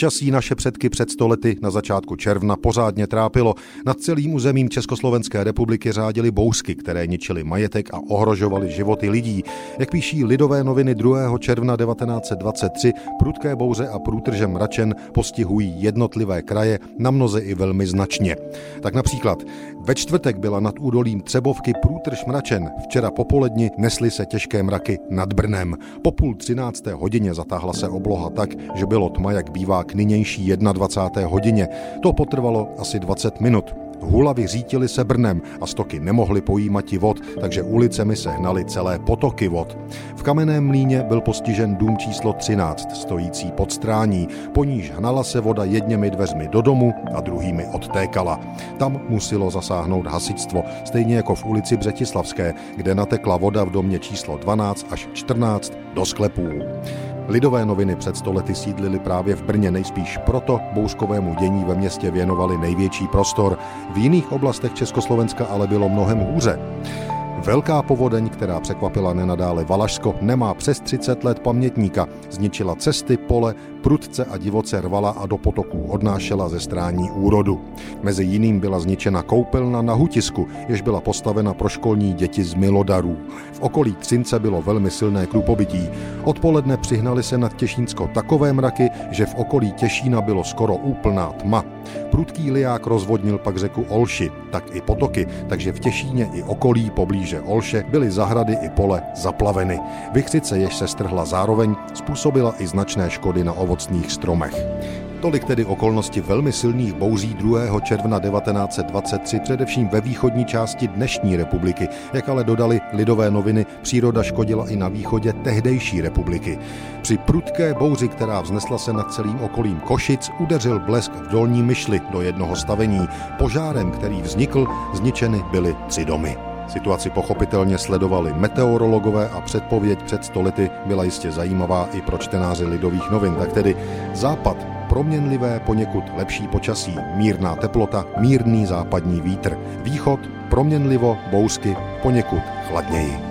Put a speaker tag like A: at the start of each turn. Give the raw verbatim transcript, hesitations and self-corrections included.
A: Počasí naše předky před sto lety na začátku června pořádně trápilo. Nad celým územím Československé republiky řádily bouřky, které ničily majetek a ohrožovaly životy lidí. Jak píší Lidové noviny druhého června devatenáct set dvacet tři, prudké bouře a průtrže mračen postihují jednotlivé kraje, na mnoze i velmi značně. Tak například ve čtvrtek byla nad údolím Třebovky průtrž mračen. Včera popoledni nesly se těžké mraky nad Brnem. Po půl třinácté hodině zatáhla se obloha tak, že bylo tma, jak bývá k nynější dvacáté jedné hodině. To potrvalo asi dvacet minut. Hulavy řítily se Brnem a stoky nemohly pojímati vod, takže ulicemi se hnaly celé potoky vod. V Kamenném Mlýně byl postižen dům číslo třináct, stojící pod strání. Po níž hnala se voda jedněmi dveřmi do domu a druhými odtékala. Tam muselo zasáhnout hasičstvo, stejně jako v ulici Břetislavské, kde natekla voda v domě číslo dvanáct až čtrnáct do sklepů. Lidové noviny před sto lety sídlily právě v Brně, nejspíš proto bouřkovému dění ve městě věnovali největší prostor. V jiných oblastech Československa ale bylo mnohem hůře. Velká povodeň, která překvapila nenadále Valašsko, nemá přes třicet let pamětníka. Zničila cesty, pole, prudce a divoce rvala a do potoků odnášela ze strání úrodu. Mezi jiným byla zničena koupelna na Hutisku, jež byla postavena pro školní děti z milodarů. V okolí Třince bylo velmi silné klupobytí. Odpoledne přihnali se nad Těšínsko takové mraky, že v okolí Těšína bylo skoro úplná tma. Prudký liják rozvodnil pak řeku Olši, tak i potoky, takže v Těšíně i okolí poblíže Olše byly zahrady i pole zaplaveny. Vichřice, jež se strhla zároveň, způsobila i značné škody na ovocných stromech. Tolik tedy okolnosti velmi silných bouří druhého června devatenáct set dvacet tři, především ve východní části dnešní republiky. Jak ale dodali Lidové noviny, příroda škodila i na východě tehdejší republiky. Při prudké bouři, která vznesla se nad celým okolím Košic, udeřil blesk v Dolní Myšli do jednoho stavení. Požárem, který vznikl, zničeny byly tři domy. Situaci pochopitelně sledovali meteorologové a předpověď před sto lety byla jistě zajímavá i pro čtenáře Lidových novin. Tak tedy západ, proměnlivé, poněkud lepší počasí, mírná teplota, mírný západní vítr. Východ, proměnlivo, bouřky, poněkud chladněji.